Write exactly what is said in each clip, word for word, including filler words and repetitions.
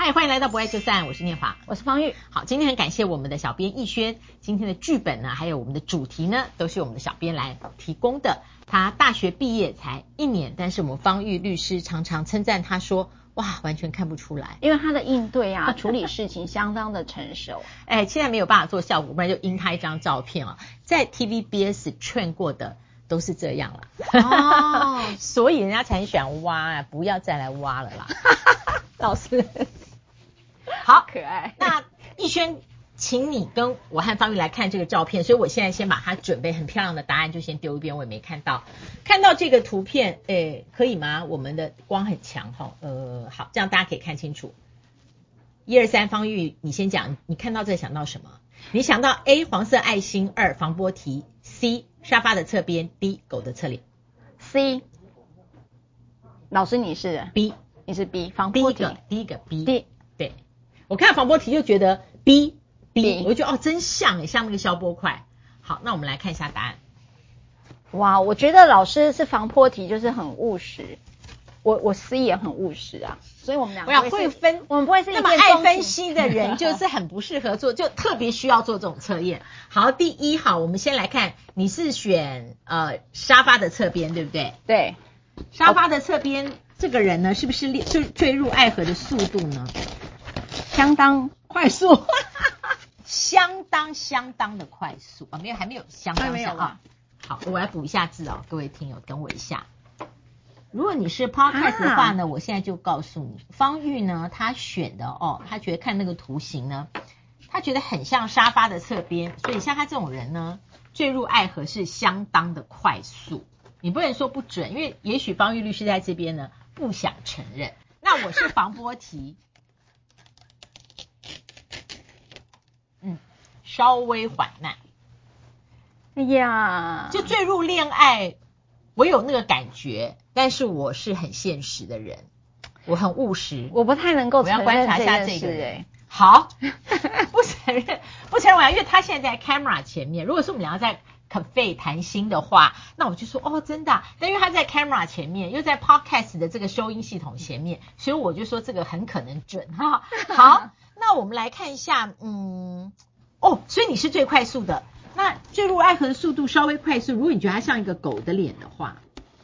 嗨，欢迎来到不爱就散，我是念华， 我是方玉。 好，今天很感谢我们的小编逸轩，今天的剧本呢，还有我们的主题呢，都是我们的小编来提供的。他大学毕业才一年，但是我们方玉律师常常称赞他说，哇，完全看不出来， 因为他的应对啊，处理事情相当的成熟。 哎，现在没有办法做效果，不然就印他一张照片啊，在 T V B S 劝过的都是这样了。哦，所以人家才很喜欢挖啊，不要再来挖了啦。 老师好可爱。 那逸轩，请你跟我和方玉来看这个照片，所以我现在先把它准备很漂亮的答案就先丢一边，我也没看到。看到这个图片，诶，可以吗？我们的光很强哈，呃，好，这样大家可以看清楚。一二三，方玉，你先讲，你看到这想到什么？你想到 A 黄色爱心，二防波堤 ，C 沙发的侧边 ，D 狗的侧脸。 C， 老师你是 B， 你是 B 防波堤， 第一个 B， D， 对，我看到防波堤就觉得 B B，, B 我就觉得哦真像耶，像那个消波块。好，那我们来看一下答案。 哇，我觉得老师是防波堤，就是很务实。我我 C 也很务实啊，所以我们两个我会分， 我们不会是一那么爱分析的人，就是很不适合做，就特别需要做这种测验。好，第一，好，我们先来看，你是选呃沙发的侧边，对不对？ 对， 沙发的侧边，这个人呢，是不是坠坠入爱河的速度呢？ 相当快速， 相当相当的快速啊，没有，还没有相当没有啊。好，我来补一下字哦，各位听友，等我一下。如果你是 podcast 的话呢，啊、我现在就告诉你，方玉呢，他选的哦，他觉得看那个图形呢，他觉得很像沙发的侧边，所以像他这种人呢，坠入爱河是相当的快速。你不能说不准，因为也许方玉律师在这边呢不想承认。那我是防波堤，嗯，稍微缓慢。 哎呀， 就坠入恋爱，我有那个感觉，但是我是很现实的人，我很务实， 我不太能够承认我要观察一下这个人。好，不承认，不承认我，因为他现在在 camera 前面。如果是我们两个在 cafe 谈心的话，那我就说哦，真的、啊。但因为他在 camera 前面，又在 podcast 的这个收音系统前面，所以我就说这个很可能准哈。好，那我们来看一下，嗯，哦，所以你是最快速的。那坠入爱河的速度稍微快速，如果你觉得它像一个狗的脸的话，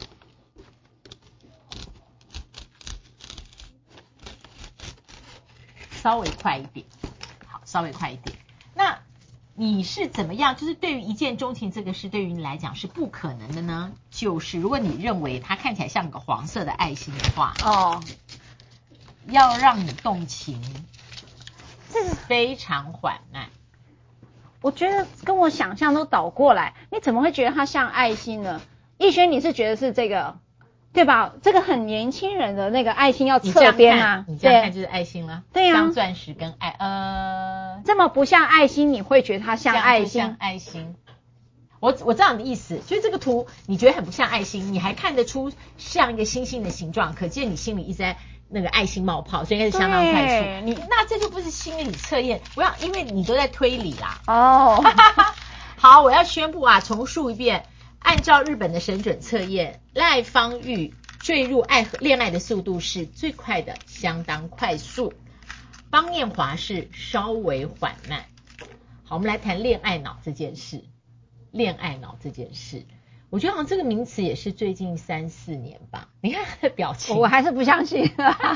稍微快一点，好，稍微快一点。那你是怎么样？就是对于一见钟情这个事，对于你来讲是不可能的呢？就是如果你认为它看起来像个黄色的爱心的话，哦，要让你动情，这是非常缓慢。 我觉得跟我想象都倒过来，你怎么会觉得它像爱心呢？逸轩，你是觉得是这个对吧？这个很年轻人的那个爱心要侧边啊， 你这样看就是爱心了， 对呀、啊， 像钻石跟爱呃， 这么不像爱心，你会觉得它像爱心？ 像爱心。我我知道你的意思，所以这个图你觉得很不像爱心，你还看得出像一个星星的形状，可见你心里一直在那个爱心冒泡，所以应该是相当快速。你那这就不是心理测验，我要因为你都在推理啦。哦，好，我要宣布啊，重述一遍，按照日本的神准测验，赖方玉坠入爱河恋爱的速度是最快的，相当快速。方念华是稍微缓慢。好，我们来谈恋爱脑这件事。恋爱脑这件事。我觉得好像这个名词也是最近三四年吧。你看他的表情， 我还是不相信。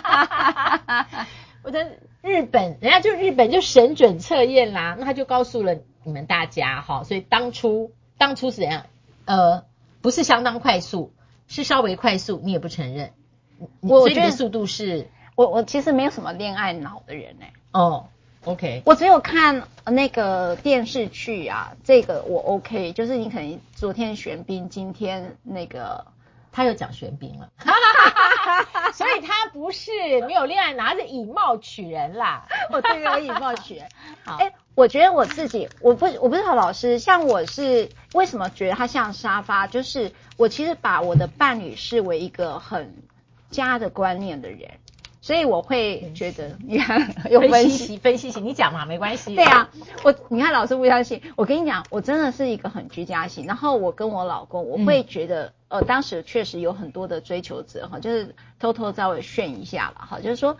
我的日本，人家就日本就神准测验啦，那他就告诉了你们大家哈，所以当初当初是怎样？呃，不是相当快速，是稍微快速，你也不承认。我所以你的速度是， 我我其实没有什么恋爱脑的人哎、欸。 哦。OK， 我只有看那个电视剧啊，这个我 OK， 就是你可能昨天玄彬，今天那个他又讲玄彬了，所以他不是没有恋爱脑，是以貌取人啦。 我对我以貌取人。好，哎、欸，我觉得我自己，我不我不知道老师，像我是为什么觉得他像沙发，就是我其实把我的伴侣视为一个很家的观念的人。所以我会觉得，你看有分析分析型，你讲嘛，没关系。 对啊，我你看老师不相信，我跟你讲，我真的是一个很居家型。然后我跟我老公，我会觉得，嗯、呃，当时确实有很多的追求者哈，就是偷偷稍微炫一下了哈，就是说，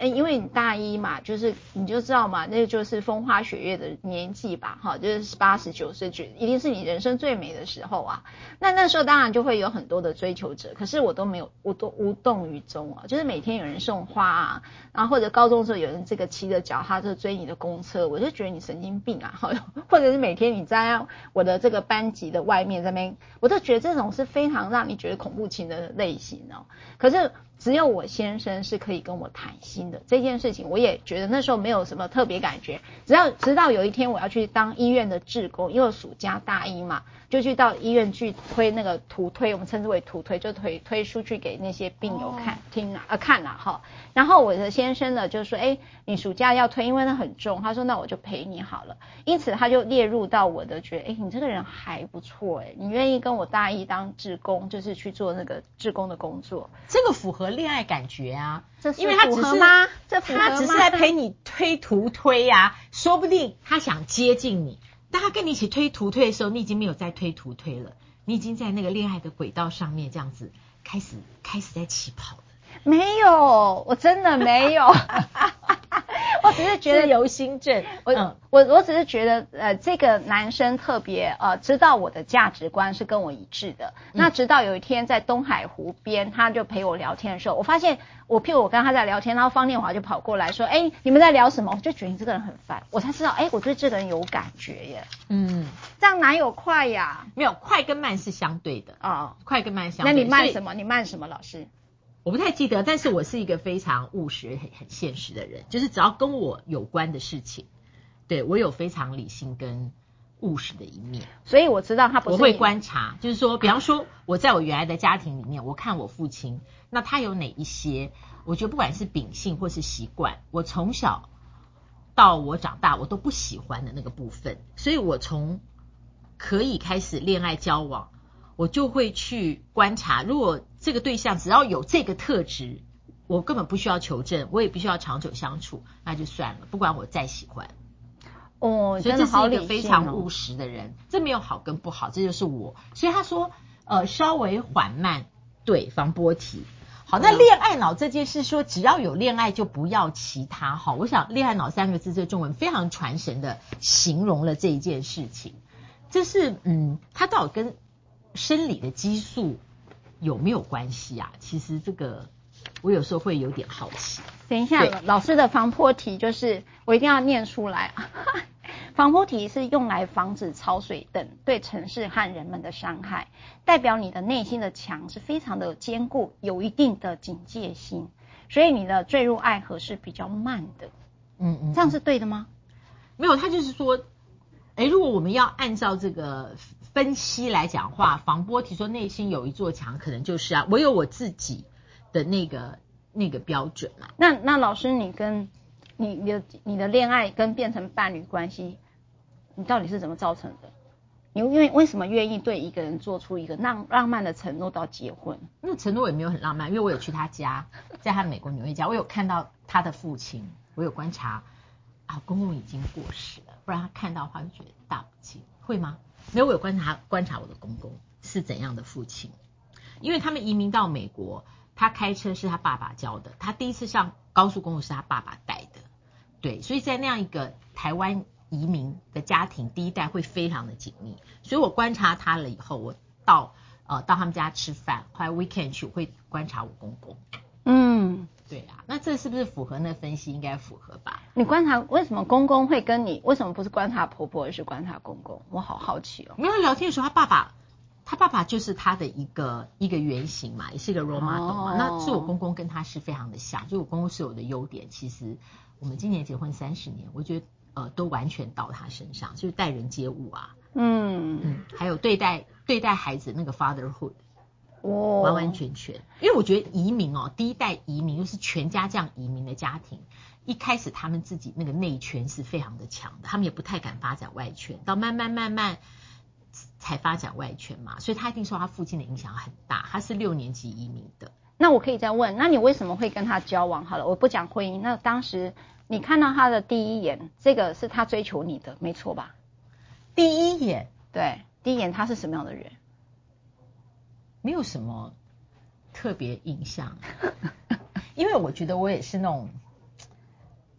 哎，因为你大一嘛，就是你就知道嘛，那就是风花雪月的年纪吧，哈，就是十八十九岁，就一定是你人生最美的时候啊。那那时候当然就会有很多的追求者，可是我都没有，我都无动于衷啊。就是每天有人送花啊，然后或者高中的时候有人这个骑着脚踏车追你的公车，我就觉得你神经病啊，或者是每天你在我的这个班级的外面这边，我都觉得这种是非常让你觉得恐怖情的类型哦。可是只有我先生是可以跟我谈心的这件事情，我也觉得那时候没有什么特别感觉。直到直到有一天我要去当医院的志工，因为暑假大一嘛，就去到医院去推那个图推，我们称之为图推，就推推出去给那些病友看、哦、听啊、呃、看啊哈。然后我的先生呢就说，哎，你暑假要推，因为那很重，他说那我就陪你好了。因此他就列入到我的觉得，哎，你这个人还不错，哎，你愿意跟我大一当志工，就是去做那个志工的工作， 这个符合恋爱感觉啊。 这是因为他只是吗？这符合吗？ 他只是在陪你推图推啊，说不定他想接近你，但他跟你一起推图推的时候，你已经没有在推图推了，你已经在那个恋爱的轨道上面这样子开始开始在起跑了。 没有，我真的没有。我只是觉得自由心证， 我、嗯、我我只是觉得呃这个男生特别呃知道我的价值观是跟我一致的。嗯、那直到有一天在东海湖边，他就陪我聊天的时候，我发现我譬如我跟他在聊天，然后方念华就跑过来说，哎，你们在聊什么？我就觉得你这个人很烦，我才知道，哎，我对这个人有感觉耶。嗯，这样哪有快呀？ 没有，快跟慢是相对的啊、哦，快跟慢相对。 那你慢什么？你慢什么，老师？ 我不太记得，但是我是一个非常务实、很很现实的人，就是只要跟我有关的事情，对我有非常理性跟务实的一面。 所以我知道他不是。 我会观察，就是说，比方说我在我原来的家庭里面，我看我父亲，那他有哪一些，我觉得不管是秉性或是习惯，我从小到我长大我都不喜欢的那个部分，所以我从可以开始恋爱交往，我就会去观察，如果这个对象只要有这个特质，我根本不需要求证，我也不需要长久相处，那就算了，不管我再喜欢。 哦， 所以这是一个非常务实的人，这没有好跟不好，这就是我。所以他说，呃，稍微缓慢，对，防波堤。好，那恋爱脑这件事说，只要有恋爱就不要其他。好，我想恋爱脑三个字这中文非常传神的形容了这一件事情。这是嗯，它到底跟生理的激素有没有关系啊？其实这个我有时候会有点好奇。 等一下，老师的防波堤就是我一定要念出来。防波堤是用来防止潮水等对城市和人们的伤害，代表你的内心的墙是非常的坚固，有一定的警戒心，所以你的坠入爱河是比较慢的。嗯嗯，这样是对的吗？ 没有，他就是说，哎，如果我们要按照这个分析来讲话，防波堤说内心有一座墙，可能就是啊，我有我自己的那个那个标准嘛。 那那老师，你跟你你的你的恋爱跟变成伴侣关系，你到底是怎么造成的？你因为为什么愿意对一个人做出一个浪浪漫的承诺到结婚？ 那承诺也没有很浪漫，因为我有去他家，在他美国纽约家，我有看到他的父亲，我有观察啊，公公已经过世了，不然他看到的话就觉得大不敬，会吗？没有，我有观察观察我的公公是怎样的父亲，因为他们移民到美国，他开车是他爸爸教的，他第一次上高速公路是他爸爸带的，对，所以在那样一个台湾移民的家庭，第一代会非常的紧密，所以我观察他了以后，我到呃到他们家吃饭，后来 weekend 去我会观察我公公。嗯，对啊，那这是不是符合那分析？应该符合吧？ 你观察为什么公公会跟你，为什么不是观察婆婆而是观察公公？我好好奇哦。 没有聊天的时候，他爸爸，他爸爸就是他的一个一个原型嘛，也是一个 role model 嘛。哦、那是我公公跟他是非常的像，就我公公是有的优点，其实我们今年结婚三十年，我觉得呃都完全到他身上，就是待人接物啊，嗯嗯，还有对待对待孩子那个 fatherhood。哦，完完全全，因为我觉得移民哦，第一代移民又是全家这样移民的家庭，一开始他们自己那个内圈是非常的强的，他们也不太敢发展外圈，到慢慢慢慢才发展外圈嘛，所以他一定受他父亲的影响很大，他是六年级移民的。 那我可以再问，那你为什么会跟他交往？好了，我不讲婚姻，那当时你看到他的第一眼，这个是他追求你的，没错吧？ 第一眼， 对，第一眼他是什么样的人？ 没有什么特别印象，因为我觉得我也是那种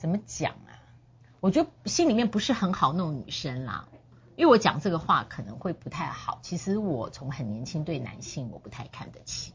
怎么讲啊？我觉得心里面不是很好弄女生啦，因为我讲这个话可能会不太好。其实我从很年轻对男性我不太看得起。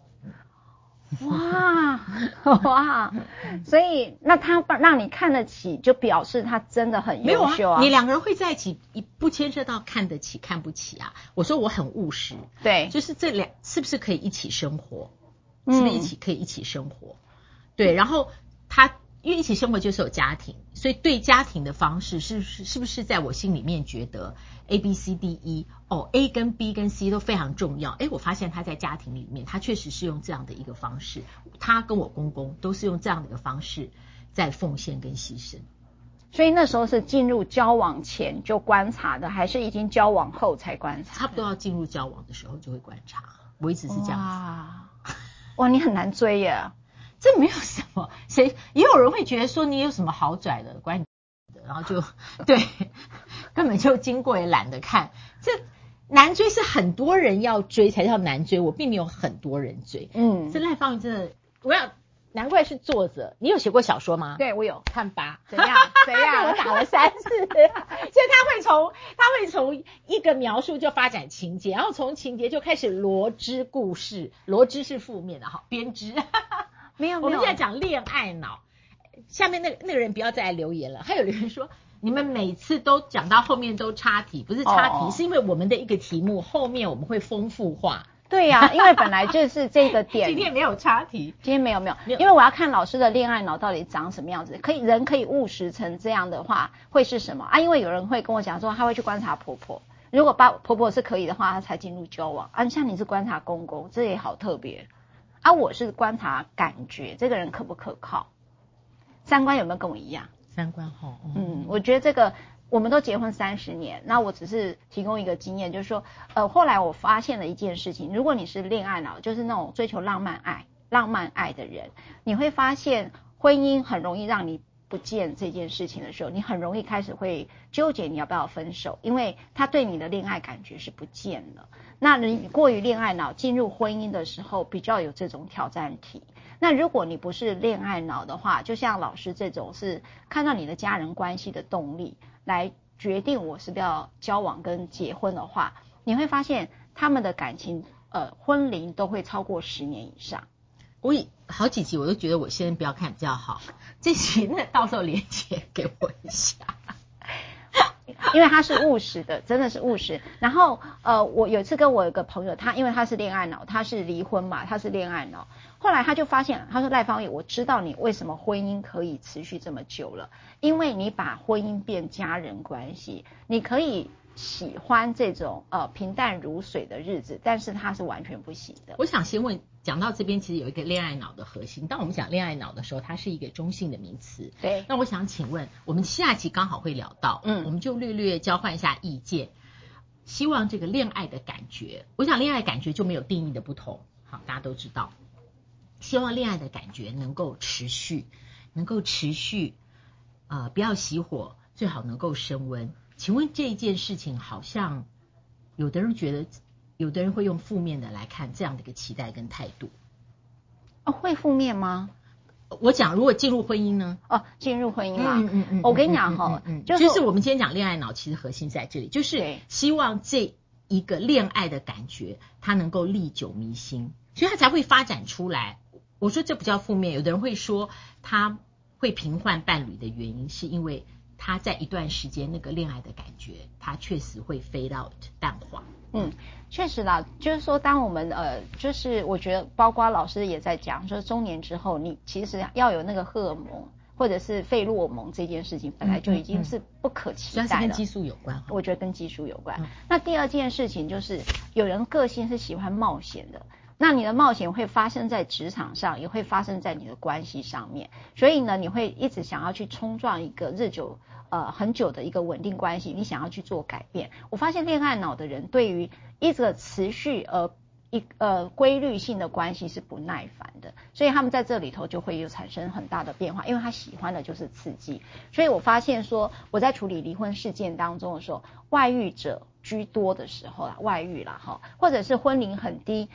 哇哇，所以那他让你看得起，就表示他真的很优秀啊。 啊你两个人会在一起，不牵涉到看得起看不起啊。我说我很务实， 对， 就是这两是不是可以一起生活，是不是一起可以一起生活？嗯、对，然后他因为一起生活就是有家庭，所以对家庭的方式是是是不是在我心里面觉得 A B C D E 哦 A 跟 B 跟 C 都非常重要。哎，我发现他在家庭里面，他确实是用这样的一个方式，他跟我公公都是用这样的一个方式在奉献跟牺牲。 所以那时候是进入交往前就观察的，还是已经交往后才观察？ 差不多要进入交往的时候就会观察，我一直是这样子。 哇，哇，你很难追耶。 这没有什么，谁也有人会觉得说你有什么好拽的，关你的，然后就对，根本就经过也懒得看。这难追是很多人要追才叫难追，我并没有很多人追。嗯，这赖芳玉真的，我要难怪是作者。你有写过小说吗？ 对，我有。 看吧， 怎样？怎样？ 我打了三次，所以他会从他会从一个描述就发展情节，然后从情节就开始罗织故事。罗织是负面的，好编织。 没有， 我们现在讲恋爱脑。下面那个那个人不要再来留言了。还有留言说，你们每次都讲到后面都插题，不是插题，哦、是因为我们的一个题目后面我们会丰富化。 对呀、啊，因为本来就是这个点。 今天没有插题， 今天没有没有，因为我要看老师的恋爱脑到底长什么样子。可以人可以务实成这样的话，会是什么啊？因为有人会跟我讲说，他会去观察婆婆，如果把婆婆是可以的话，他才进入交往啊。像你是观察公公，这也好特别。啊，我是观察感觉，这个人可不可靠，三观有没有跟我一样？ 三观好， 嗯, 嗯，我觉得这个我们都结婚三十年，那我只是提供一个经验，就是说，呃，后来我发现了一件事情，如果你是恋爱脑，就是那种追求浪漫爱、浪漫爱的人，你会发现婚姻很容易让你不见这件事情的时候，你很容易开始会纠结你要不要分手，因为他对你的恋爱感觉是不见了。那你过于恋爱脑进入婚姻的时候比较有这种挑战题。那如果你不是恋爱脑的话，就像老师这种是看到你的家人关系的动力来决定我是不是要交往跟结婚的话，你会发现他们的感情呃婚龄都会超过十年以上。 我好几集我都觉得我先不要看比较好，这集那到时候连结给我一下。 因为他是务实的，真的是务实。然后呃，我有一次跟我有个朋友，他因为他是恋爱脑，他是离婚嘛，他是恋爱脑。后来他就发现，他说赖芳玉，我知道你为什么婚姻可以持续这么久了，因为你把婚姻变家人关系，你可以喜欢这种呃平淡如水的日子，但是他是完全不行的。 我想先问，讲到这边其实有一个恋爱脑的核心，当我们讲恋爱脑的时候，它是一个中性的名词。 对。 那我想请问，我们下集刚好会聊到，嗯，我们就略略交换一下意见。希望这个恋爱的感觉，我想恋爱感觉就没有定义的不同，好，大家都知道。希望恋爱的感觉能够持续，能够持续，呃，不要熄火，最好能够升温。请问这一件事情，好像有的人觉得，有的人会用负面的来看这样的一个期待跟态度。 哦，会负面吗？ 我讲，如果进入婚姻呢？ 哦，进入婚姻啊， 嗯嗯嗯， 我跟你讲哈， 嗯，就是、就是我们今天讲恋爱脑，其实核心在这里，就是希望这一个恋爱的感觉，它能够历久弥新，所以它才会发展出来。我说这不叫负面，有的人会说他会频换伴侣的原因，是因为他在一段时间那个恋爱的感觉，他确实会 fade out 淡化。 嗯，确实啦，就是说当我们呃，就是我觉得包括老师也在讲，说中年之后，你其实要有那个荷尔蒙或者是费洛蒙这件事情，本来就已经是不可期待了。 主要是跟激素有关， 我觉得跟激素有关。 嗯、 那第二件事情就是，有人个性是喜欢冒险的。那你的冒险会发生在职场上，也会发生在你的关系上面，所以呢，你会一直想要去冲撞一个日久呃很久的一个稳定关系，你想要去做改变。我发现恋爱脑的人对于一个持续呃一呃规律性的关系是不耐烦的，所以他们在这里头就会有产生很大的变化，因为他喜欢的就是刺激。所以我发现说我在处理离婚事件当中的时候，外遇者居多的时候啦，外遇啦哈，或者是婚龄很低。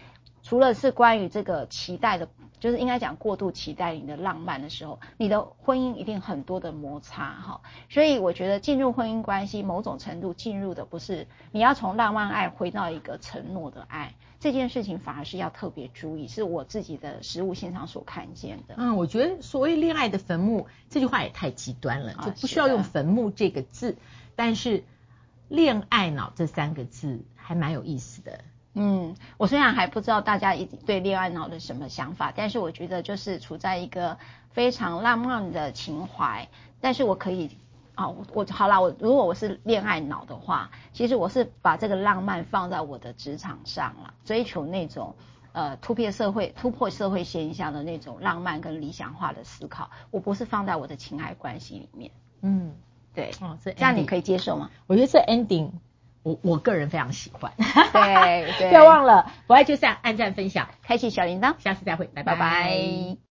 除了是关于这个期待的，就是应该讲过度期待你的浪漫的时候，你的婚姻一定很多的摩擦哈。所以我觉得进入婚姻关系，某种程度进入的不是你要从浪漫爱回到一个承诺的爱，这件事情反而是要特别注意，是我自己的实务现场所看见的。 嗯，我觉得所谓恋爱的坟墓这句话也太极端了，就不需要用坟墓这个字，但是恋爱脑这三个字还蛮有意思的。 嗯，我虽然还不知道大家对恋爱脑的什么想法，但是我觉得就是处在一个非常浪漫的情怀，但是我可以啊、哦，我好啦，我如果我是恋爱脑的话，其实我是把这个浪漫放在我的职场上啦，追求那种呃突破社会突破社会现象的那种浪漫跟理想化的思考，我不是放在我的情爱关系里面。 嗯， 对， 哦，这这样你可以接受吗？ 我觉得这 ending。我我个人非常喜欢， 对对， 不要忘了不爱就散，按赞分享， 开启小铃铛， 下次再会，拜拜。 拜拜。